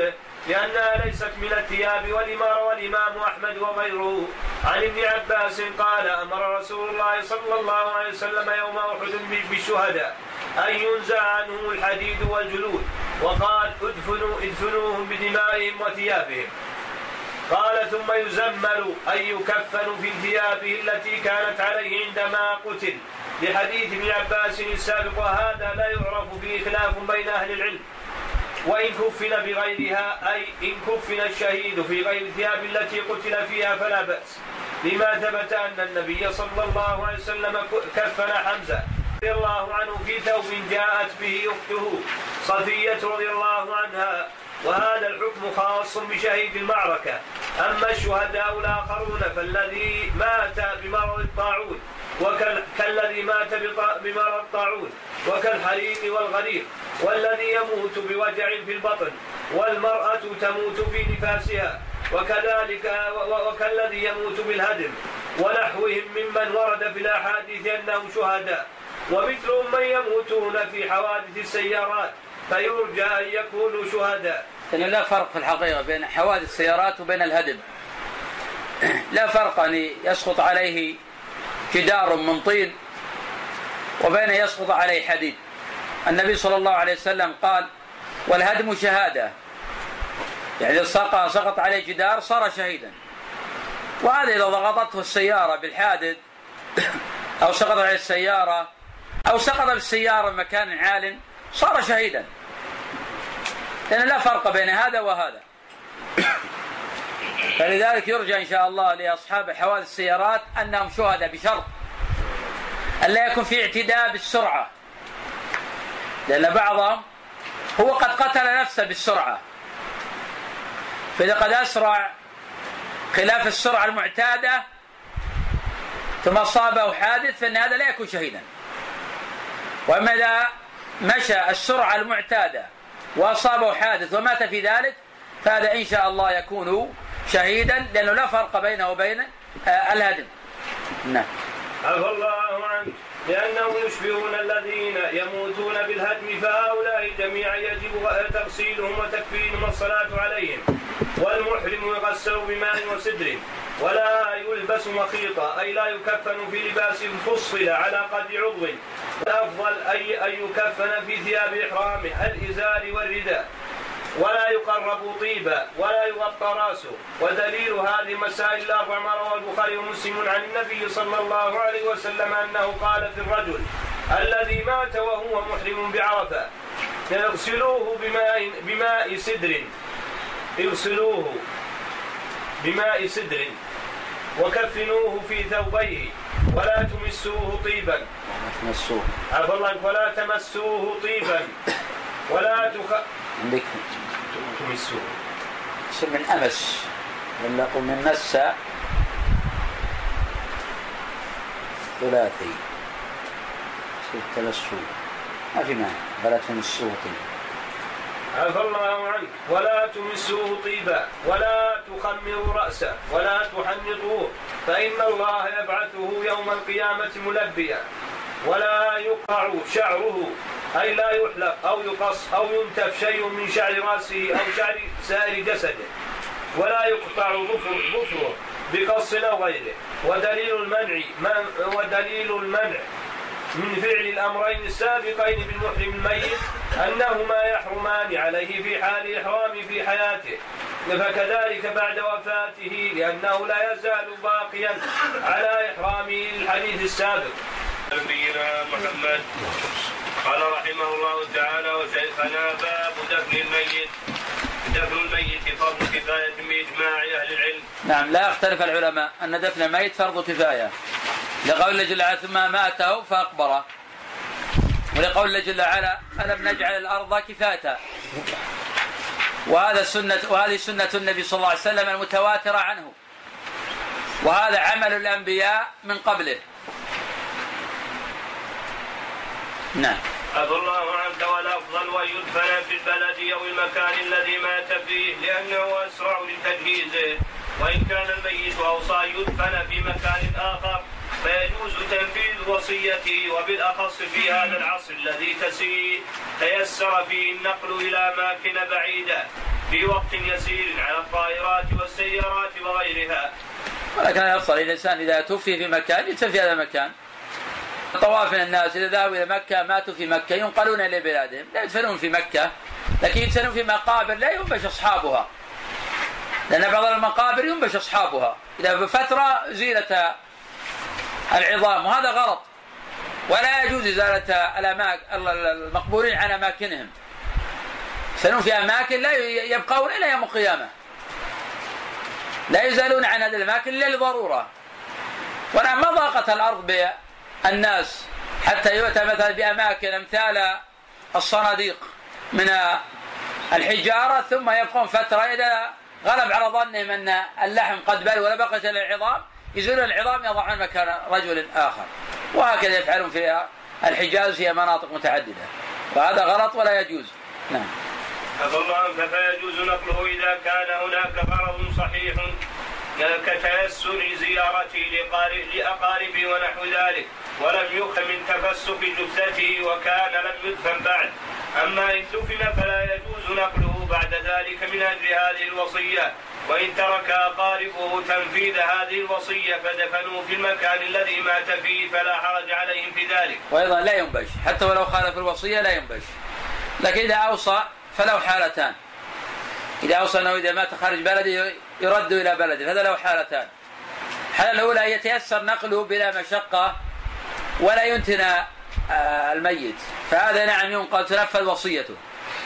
Speaker 1: لأنها ليست من الثياب. ولما روى الإمام أحمد وغيره عن ابن عباس قال أمر رسول الله صلى الله عليه وسلم يوم أحد بالشهداء أن ينزع عنهم الحديد والجلود، وقال ادفنوهم بدمائهم وثيابهم. قال ثم يزمل أي يكفن في ثيابه التي كانت عليه عندما قتل، لحديث ابن عباس السابق. وهذا لا يعرف فيه خلاف بين أهل العلم. وإن كفن بغيرها أي إن كفن الشهيد في غير الثياب التي قتل فيها فلا بأس، لما ثبت أن النبي صلى الله عليه وسلم كفن حمزة رضي الله عنه في ثوب جاءت به أخته صفية رضي الله عنها. وهذا الحكم خاص بشهيد المعركة. أما الشهداء الآخرون فالذي مات بمرض الطاعون كالذي مات بمرض الطاعون وكالحريق والغريق، والذي يموت بوجع في البطن، والمرأة تموت في نفاسها، وكالذي يموت بالهدم، ونحوهم ممن ورد في الأحاديث أنهم شهداء. ومثلهم من يموتون في حوادث السيارات فيرجى أن يكونوا شهداء.
Speaker 2: لا فرق في الحقيقة بين حوادث السيارات وبين الهدم. لا فرق أن يسقط عليه جدار من طين وبين يسقط عليه حديد. النبي صلى الله عليه وسلم قال والهدم شهادة، يعني إذا سقط عليه جدار صار شهيدا. وهذا إذا ضغطته السيارة بالحادث أو سقط عليه السيارة أو سقط بالسيارة مكان عال صار شهيدا، لأن لا فرق بين هذا وهذا. فلذلك يرجى إن شاء الله لأصحاب حوادث السيارات أنهم شهداء، بشرط أن لا يكون في اعتداء بالسرعة، لأن بعضهم هو قد قتل نفسه بالسرعة، فإذا قد أسرع خلاف السرعة المعتادة ثم أصابه حادث فإن هذا لا يكون شهيدا. وأما إذا مشى السرعة المعتادة وأصابه حادث ومات في ذلك فهذا إن شاء الله يكون شهيدا، لأنه لا فرق بينه وبين الهدم. نعم.
Speaker 1: عفى الله عنه، لأنهم يشبهون الذين يموتون بالهدم، فهؤلاء جميعا يجب تغسيلهم وتكفينهم والصلاة عليهم. والمحرم يغسل بماء وسدر ولا يلبس مخيطا، أي لا يكفن في لباس فصل على قدر عضو. الأفضل أن يكفن في ثياب إحرامه الإزار والرداء، ولا يقرب طيبا ولا يغطى راسه. ودليل هذه المسائل الأربع ما روى البخاري ومسلم عن النبي صلى الله عليه وسلم أنه قال في الرجل الذي مات وهو محرم بعرفة اغسلوه بماء سدر وكفنوه في ثوبيه ولا تمسوه طيبا ولا تمسوه طيبا ولا تمسوه
Speaker 2: من أمس ومن مس ثلاثي تمسوه ما في معنى ولا تمسوه طيبا.
Speaker 1: عفى الله عنك. ولا تمسوه طيبا ولا تخمروا رأسه ولا تحنطوه، فإن الله يبعثه يوم القيامة ملبيا. ولا يقع شعره، أي لا يحلق أو يقص أو ينتف شيء من شعر رأسه أو شعر سائر جسده، ولا يقطع ظفره بقص أو غيره. ودليل المنع من فعل الأمرين السابقين بالمحرم الميت أنهما يحرمان عليه في حال إحرامه في حياته، فكذلك بعد وفاته، لأنه لا يزال باقيا على إحرامه الحديث السابق.
Speaker 4: نبينا محمد قال رحمه الله تعالى: وشيخنا باب دفن الميت. دفن الميت فرض كفاية بإجماع أهل العلم.
Speaker 2: نعم، لا يختلف العلماء أن دفن الميت فرض كفاية، لقول الله جل وعلا: ثم ماته فأقبره، ولقول الله جل وعلا: ألم نجعل الأرض كفاتا. وهذه سنة النبي صلى الله عليه وسلم المتواترة عنه، وهذا عمل الأنبياء من قبله. نعم.
Speaker 1: عفى الله عنك. والأفضل ويدفن في البلد أو المكان الذي مات فيه، لأنه أسرع لتجهيزه. وإن كان الميت أوصى يدفن في مكان آخر فيجوز تنفيذ وصيته، وبالأخص في هذا العصر الذي تيسر فيه النقل إلى أماكن بعيدة في وقت يسير على الطائرات والسيارات وغيرها.
Speaker 2: ولكن يفضل الإنسان إذا توفي في مكان يدفن في هذا المكان. طواف من الناس إذا ذهبوا إلى مكة ماتوا في مكة ينقلون إلى بلادهم، لا يدفنون في مكة، لكن يدفنون في مقابر لا ينبش أصحابها، لأن بعض المقابر ينبش أصحابها إذا بفترة زيلت العظام، وهذا غلط، ولا يجوز إزالة المقبورين عن أماكنهم. يدفنون في أماكن لا يبقون إلى يوم القيامة، لا يزالون عن هذه الأماكن إلا لضرورة. وأنا ما ضاقت الأرض بالناس حتى يؤتى مثلا بأماكن أمثال الصناديق من الحجارة ثم يبقون فترة إذا غلب على ظنهم أن اللحم قد بل ولا بقيت إلا العظام يزيلون العظام يضعون مكان رجل آخر، وهكذا يفعلون في الحجاز في مناطق متعددة، وهذا غلط ولا يجوز. نعم.
Speaker 1: فيجوز نقله إذا كان هناك غرض صحيح كتيسر زيارته لأقاربه ونحو ذلك، ولم يخل من تفسخ جثته وكان لم يدفن بعد. أما إن دفن فلا يجوز نقله بعد ذلك من أجل هذه الوصية، وإن ترك أقاربه تنفيذ هذه الوصية فدفنوه في المكان الذي مات فيه فلا حرج عليهم في ذلك.
Speaker 2: وأيضا لا ينبش حتى ولو خالف الوصية لا ينبش، لكن إذا أوصى فله حالتان. إذا أوصى أنه إذا مات خارج بلده يرد إلى بلده، هذا له حالتان. الحالة الأولى يتيسر نقله بلا مشقة ولا ينتنى الميت، فهذا نعم ينقل تنفذ وصيته.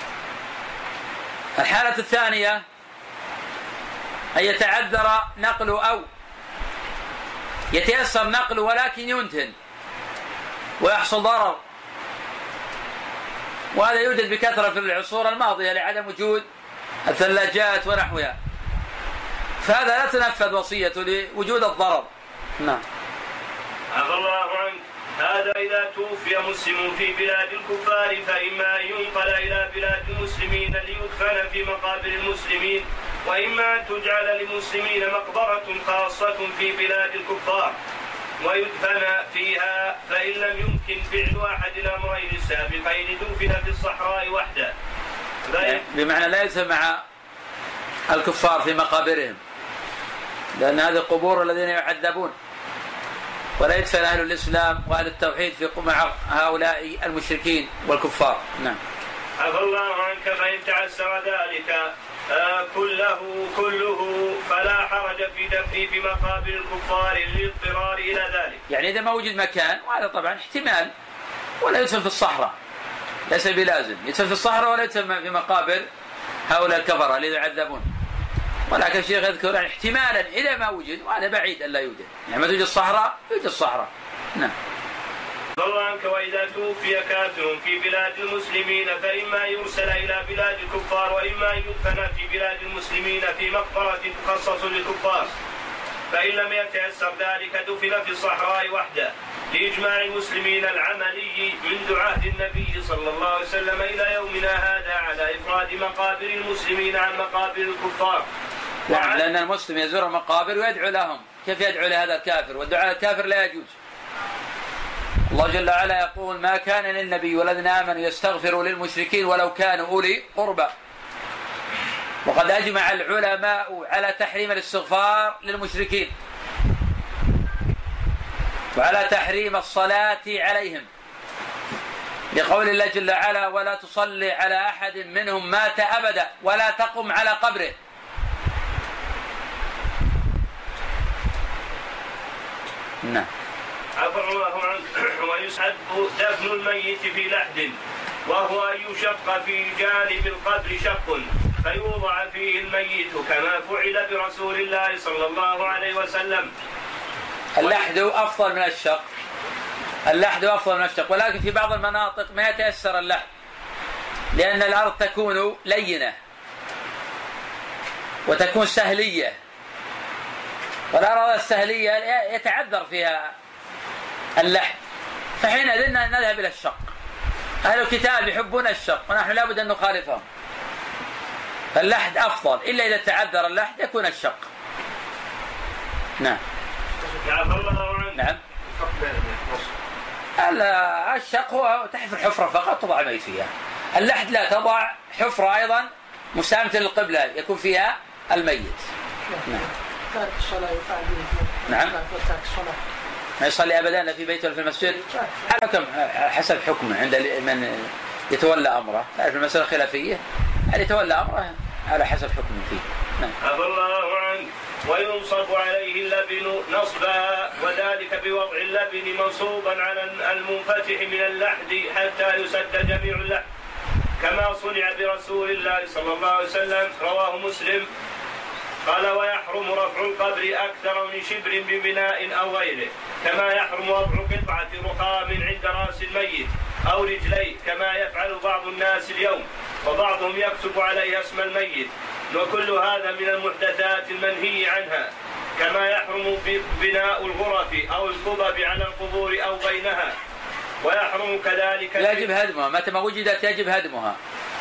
Speaker 2: الحالة الثانية أن يتعذر نقله أو يتيسر نقله ولكن ينتن ويحصل ضرر، وهذا يوجد بكثرة في العصور الماضية لعدم وجود الثلاجات ونحوها، فهذا لا تنفذ وصيته لوجود الضرر. نعم.
Speaker 1: عفى الله عنك. هذا إذا توفي مسلم في بلاد الكفار فإما أن ينقل إلى بلاد المسلمين ليدفن في مقابر المسلمين، وإما أن تجعل للمسلمين مقبرة خاصة في بلاد الكفار ويدفن فيها، فإن لم يمكن فعل أحد الأمرين السابقين دفن في الصحراء وحده.
Speaker 2: بمعنى لا يدفن مع الكفار في مقابرهم، لأن هذه القبور الذين يعذبون، ولا يدفن أهل الإسلام وأهل التوحيد في مع هؤلاء المشركين والكفار. نعم.
Speaker 1: عفى الله عنك. فإن تعسر ذلك كله فلا حرج في دفنه في مقابر الكفار للاضطرار إلى ذلك.
Speaker 2: يعني إذا ما وجد مكان، وهذا طبعا احتمال، ولا يدفن في الصحراء، ليس بلازم يدفن في الصحراء ولا يدفن في مقابر هؤلاء الكفرة الذين يعذبون، ولكن الشيخ يذكر احتمالا إذا ما وجد، وهذا بعيد أن لا يوجد، يعني ما توجد الصحراء يوجد الصحراء. نعم.
Speaker 1: الله عنك. وإذا توفي كافر في بلاد المسلمين فإما يرسل إلى بلاد الكفار وإما يدفن في بلاد المسلمين في مقبرة تخصص للكفار، فإن لم يتيسر ذلك دفن في الصحراء وحده، لإجماع المسلمين العملي منذ عهد النبي صلى الله عليه وسلم إلى يومنا هذا على إفراد مقابر المسلمين عن مقابر الكفار.
Speaker 2: نعم، لأن المسلم يزور المقابر ويدعو لهم، كيف يدعو لهذا الكافر؟ والدعاء الكافر لا يجوز. الله جل وعلا يقول: ما كان للنبي والذين آمنوا يستغفروا للمشركين ولو كانوا أولي قربى. وقد أجمع العلماء على تحريم الاستغفار للمشركين وعلى تحريم الصلاة عليهم، لقول الله جل وعلا: ولا تصلي على أحد منهم مات أبدا ولا تقم على قبره. نعم.
Speaker 1: عفى الله عنك. ويسعد دفن الميت في لحد، وهو أن يشق في جانب القبر شق فيوضع فيه الميت كما فعل برسول الله صلى الله عليه وسلم.
Speaker 2: اللحد أفضل من الشق، اللحد أفضل من الشق، ولكن في بعض المناطق ما يتيسر اللحد لأن الأرض تكون لينة وتكون سهلية، والأرض السهلية يتعذر فيها اللحد، فحينئذ نذهب إلى الشق. أهل الكتاب يحبون الشق ونحن لابد أن نخالفهم، فاللحد أفضل، إلا إذا تعذر اللحد يكون الشق. نعم. نعم. الشق هو تحفر حفرة فقط تضع ميت فيها، اللحد لا، تضع حفرة أيضا مسامة للقبلة يكون فيها الميت. نعم.
Speaker 5: ترك الصلاة يفعل به.
Speaker 2: نعم.
Speaker 5: ترك الصلاة.
Speaker 2: ما يصلي أبدا لا في بيته ولا في المسجد. حكم حسب حكمه عند من يتولى أمره. لا في المسألة خلافية اللي يتولى أمره على حسب حكمه فيه. نعم.
Speaker 1: عفى الله عنه. وينصب عليه اللبن نصبا، وذلك بوضع اللبن منصوبا على المنفتح من اللحد حتى يسد جميع اللحد، كما صنع برسول الله صلى الله عليه وسلم. رواه مسلم. قال: ويحرم رفع القبر أكثر من شبر ببناء أو غيره، كما يحرم وضع قطعة رخام عند رأس الميت أو رجليه، كما يفعل بعض الناس اليوم، وبعضهم يكتب عليها اسم الميت، وكل هذا من المحدثات المنهي عنها. كما يحرم بناء الغرف أو القبب على القبور أو بينها، ويحرم كذلك
Speaker 2: يجب هدمها متى ما وجدت، يجب هدمها.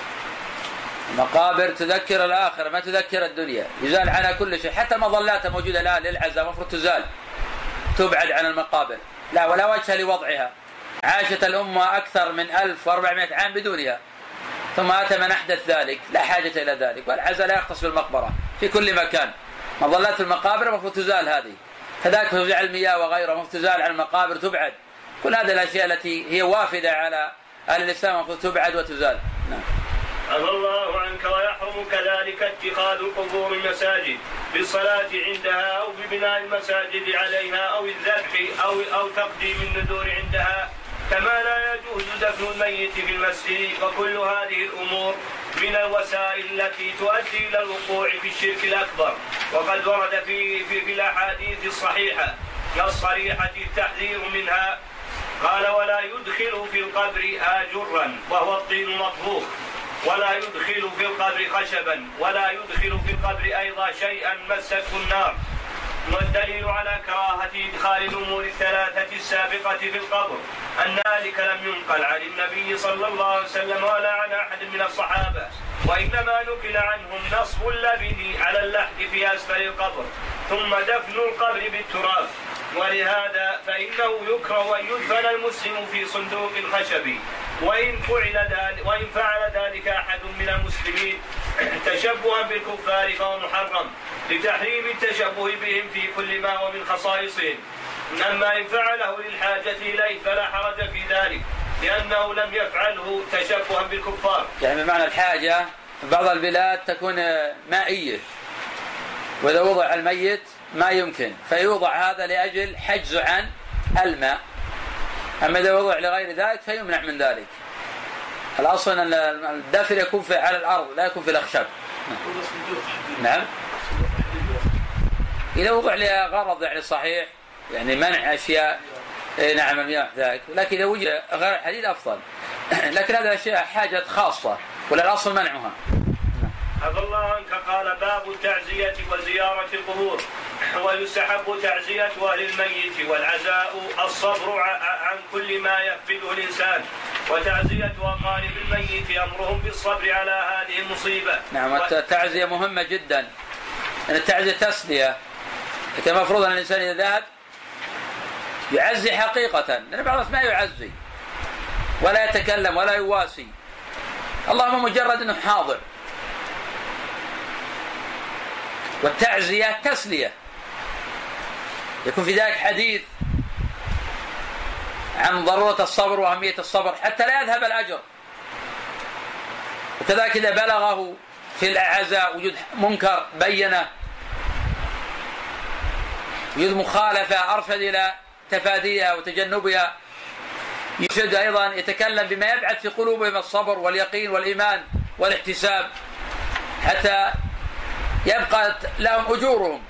Speaker 2: مقابر تذكر الآخرة ما تذكر الدنيا، يزال عنها كل شيء، حتى المظلات الموجودة الآن للعزاء مفروض تزال، تبعد عن المقابر، لا ولا وجه لوضعها. عاشت الأمة أكثر من 1400 عام بدونها، ثم أتى من أحدث ذلك، لا حاجة إلى ذلك. والعزاء لا يختص بالمقبرة، في كل مكان مظلات المقابر مفروض تزال هذه، كذلك توزيع المياه وغيرها مفروض تزال عن المقابر، تبعد. كل هذه الأشياء التي هي وافدة على أهل الإسلام مفروض تبعد وتزال. نعم.
Speaker 1: عفى الله عنك. ويحرم كذلك اتخاذ القبور المساجد بالصلاة عندها أو ببناء المساجد عليها أو الذبح أو تقديم النذور عندها، كما لا يجوز دفن الميت في المسجد. وكل هذه الأمور من الوسائل التي تؤدي إلى الوقوع في الشرك الأكبر، وقد ورد في الأحاديث الصحيحة الصريحة التحذير منها. قال: ولا يدخل في القبر آجرا وهو الطين المطبوخ، ولا يدخل في القبر خشبا، ولا يدخل في القبر أيضا شيئا مسته النار. والدليل على كراهة إدخال الأمور الثلاثة السابقة في القبر أن ذلك لم ينقل عن النبي صلى الله عليه وسلم ولا عن أحد من الصحابة، وإنما نقل عنهم نصب اللبن على اللحد في أسفل القبر ثم دفن القبر بالتراب. ولهذا فإنه يكره أن يدفن المسلم في صندوق خشبي، وإن فعل ذلك أحد من المسلمين تشبها بالكفار فهو محرم لتحريم التشبه بهم في كل ما هو من خصائصهم. أما إن فعله للحاجة إليه فلا حرج في ذلك، لأنه لم يفعله تشبها بالكفار.
Speaker 2: يعني بمعنى الحاجة في بعض البلاد تكون مائية، وإذا وضع الميت ما يمكن فيوضع هذا لأجل حجز عن الماء. أما إذا وضع لغير ذلك فيمنع من ذلك. الأصل أن الدفن يكون على الأرض لا يكون في الأخشاب. نعم. إذا وضع لغرض يعني صحيح، يعني منع أشياء نعم المياه ذلك، لكن إذا وجد غير الحديد أفضل. لكن هذا أشياء حاجة خاصة ولا الأصل منعها.
Speaker 1: عفى الله عنك. قال: باب التعزية وزيارة القبور. ويستحب تعزية أهل الميت والعزاء الصبر عن كل ما يفقده الإنسان، وتعزية أقارب الميت أمرهم بالصبر على هذه المصيبة.
Speaker 2: نعم. التعزية مهمة جدا، أن التعزية تسلية، لكن المفروض أن الإنسان إذا ذهب يعزي حقيقة، لأن بعض الناس ما يعزي ولا يتكلم ولا يواسي، اللهم مجرد أنه حاضر. والتعزية تسلية، يكون في ذلك حديث عن ضرورة الصبر وأهمية الصبر حتى لا يذهب الأجر. وكذلك إذا بلغه في العزاء وجود منكر بينه، وجود مخالفة أرشد إلى تفاديها وتجنبها، يشد أيضا يتكلم بما يبعث في قلوبهم الصبر واليقين والإيمان والاحتساب حتى يبقى لهم أجورهم.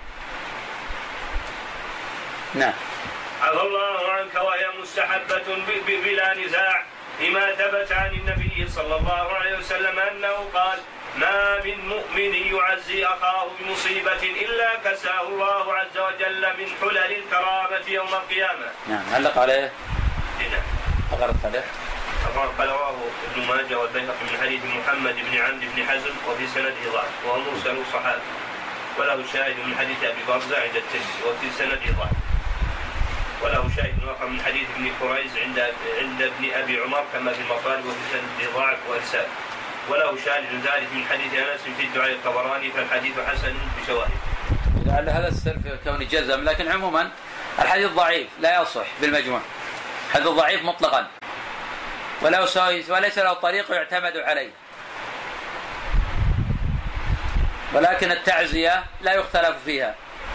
Speaker 2: نعم.
Speaker 1: عفى الله عنك. وهي مستحبة بلا نزاع لما ثبت عن النبي صلى الله عليه وسلم أنه قال: ما من مؤمن يعزي أخاه بمصيبة إلا كساه الله عز وجل من حلل الكرامة يوم القيامة.
Speaker 2: نعم. علق عليه.
Speaker 1: نعم.
Speaker 2: أغرق عليه.
Speaker 1: قال: رواه ابن ماجه والبيهقي من حديث محمد بن عمرو بن حزم وفي سنده ضعف وهو مرسل صحابي، وله شاهد من حديث أبي برزة عند الترمذي وفي سنده ضعف، وله شاهد آخر من حديث ابن كريز عند ابن أبي عمر كما في المطالب وفي سنده ضعف وإرسال. وله شاهد من ذلك من حديث أنس في الدعاء الطبراني، فالحديث حسن بشواهد.
Speaker 2: لعل هذا السر في كون جزم، لكن عموما الحديث ضعيف لا يصح بالمجموع، حديث ضعيف مطلقا وليس له طريق يعتمد عليه، ولكن التعزية لا يختلف فيها،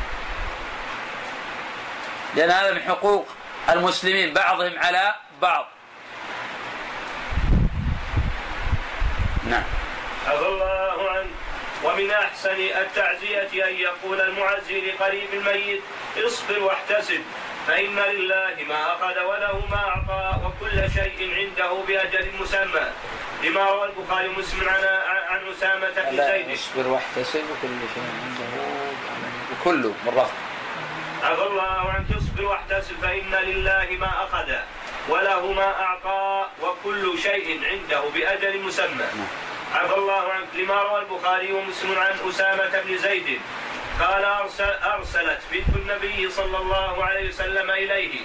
Speaker 2: لأن هذا من حقوق المسلمين بعضهم على بعض. نعم.
Speaker 1: عفى الله عنه. ومن أحسن التعزية أن يقول المعزي لقريب الميت: اصبر واحتسب، فإن لله ما أخذ وله ما أعطى وكل شيء عنده بأجل مسمى، لما روى البخاري ومسلم عن أسامة بن زيد.
Speaker 2: اصبر واحتسب وكل شيء عنده وكله بالرفع.
Speaker 1: عفى الله عنك. اصبر واحتسب، فإن لله ما أخذ وله ما أعطى وكل شيء عنده بأجل مسمى. عفى الله عنك. لما روى البخاري ومسلم عن أسامة بن زيد قال: أرسلت بنت النبي صلى الله عليه وسلم إليه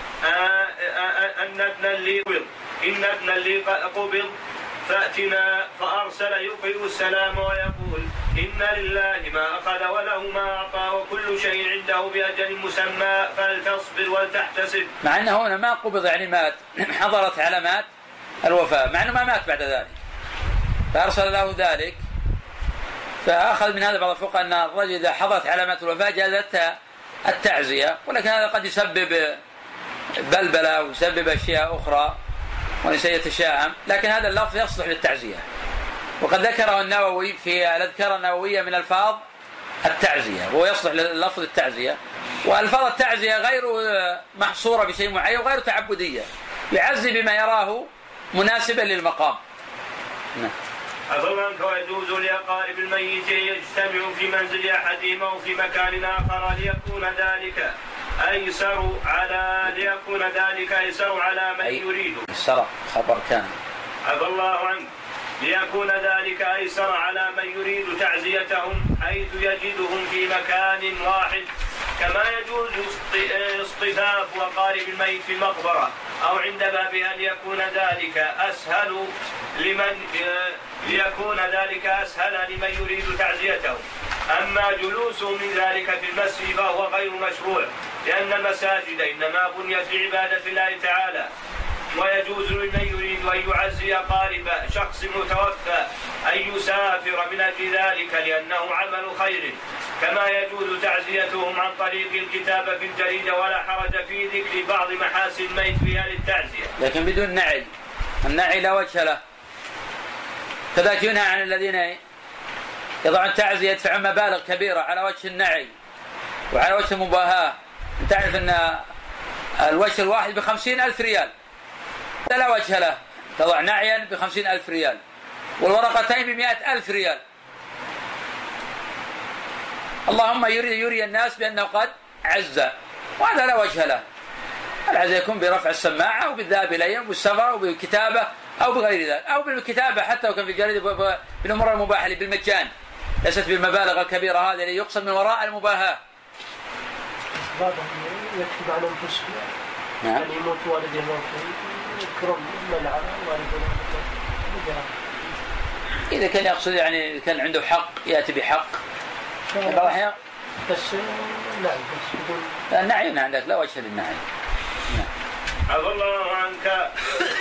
Speaker 1: أن ابنا لي قبض فأتنا، فأرسل يقرئ السلام ويقول: إن لله ما أخذ وله ما أعطى وكل شيء عنده بأجل مسمى فلتصبر ولتحتسب.
Speaker 2: مع أنه هنا ما قبض يعني مات، حضرت علامات الوفاة، مع أنه ما مات بعد ذلك، فأرسل له ذلك. فأخذ من هذا بعض الفقهاء أن الرجل إذا حضرت علامات الوفاة جازت التعزية، ولكن هذا قد يسبب بلبلة ويسبب أشياء أخرى وليس يتشائم، لكن هذا اللفظ يصلح للتعزية، وقد ذكره النووي في الأذكار النووية من ألفاظ التعزية، وهو يصلح للفظ التعزية. وألفاظ التعزية غير محصورة بشيء معين وغير تعبدية، يعزي بما يراه مناسبا للمقام.
Speaker 1: أفمن يجوز لأقارب الميت يجتمع في منزل أحدهم أو في مكان آخر ليكون ذلك أيسر على من يريد.
Speaker 2: أيسر خبر كان.
Speaker 1: عفى الله عنه. ليكون ذلك أيسر على من يريد تعزيتهم حيث يجدهم في مكان واحد، كما يجوز اصطفاف أقارب الميت في المقبرة أو عند بابها ليكون ذلك أسهل لمن يريد تعزيته. أما جلوسهم من ذلك في المسجد فهو غير مشروع، لأن المساجد إنما بنيت لعبادة الله تعالى، ويجوز لمن يريد أن يعزي أقارب شخص متوفى أن يسافر من أجل ذلك لأنه عمل خير، كما يجوز تعزيتهم عن طريق الكتابة في الجريدة، ولا حرج في ذكر بعض محاسن الميت فيها للتعزية،
Speaker 2: لكن بدون نعي. النعي لا وجه له. كذلك ينهى عن الذين يضعون التعزية يدفعون مبالغ كبيرة على وجه النعي وعلى وجه المباهاة. تعرف أن الوجه الواحد ب50,000 ريال، لا وجه له. تضع نعيا ب50,000 ريال والورقتين ب100,000 ريال. اللهم يري الناس بأنه قد عز، وهذا لا وجه له. العز يكون برفع السماعة أو بالذهاب إليهم والسفر أو بالكتابة أو بغير ذلك، أو بالكتابة حتى لو كان في الجريدة بالأمور المباحة بالمجان، ليست بالمبالغ الكبيرة هذه اللي يقصد من وراء المباهاة.
Speaker 5: بعضهم يكتب على أنفسهم، يعني يموت والده يذكرون من والده.
Speaker 2: إذا كان يقصد يعني كان عنده حق يأتي بحق
Speaker 5: بس
Speaker 2: النعي عندك لا وجه للنعي.
Speaker 1: عفى الله عنك.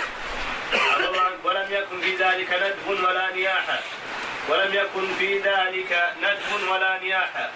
Speaker 1: ولم يكن في ذلك ندب ولا نياحة.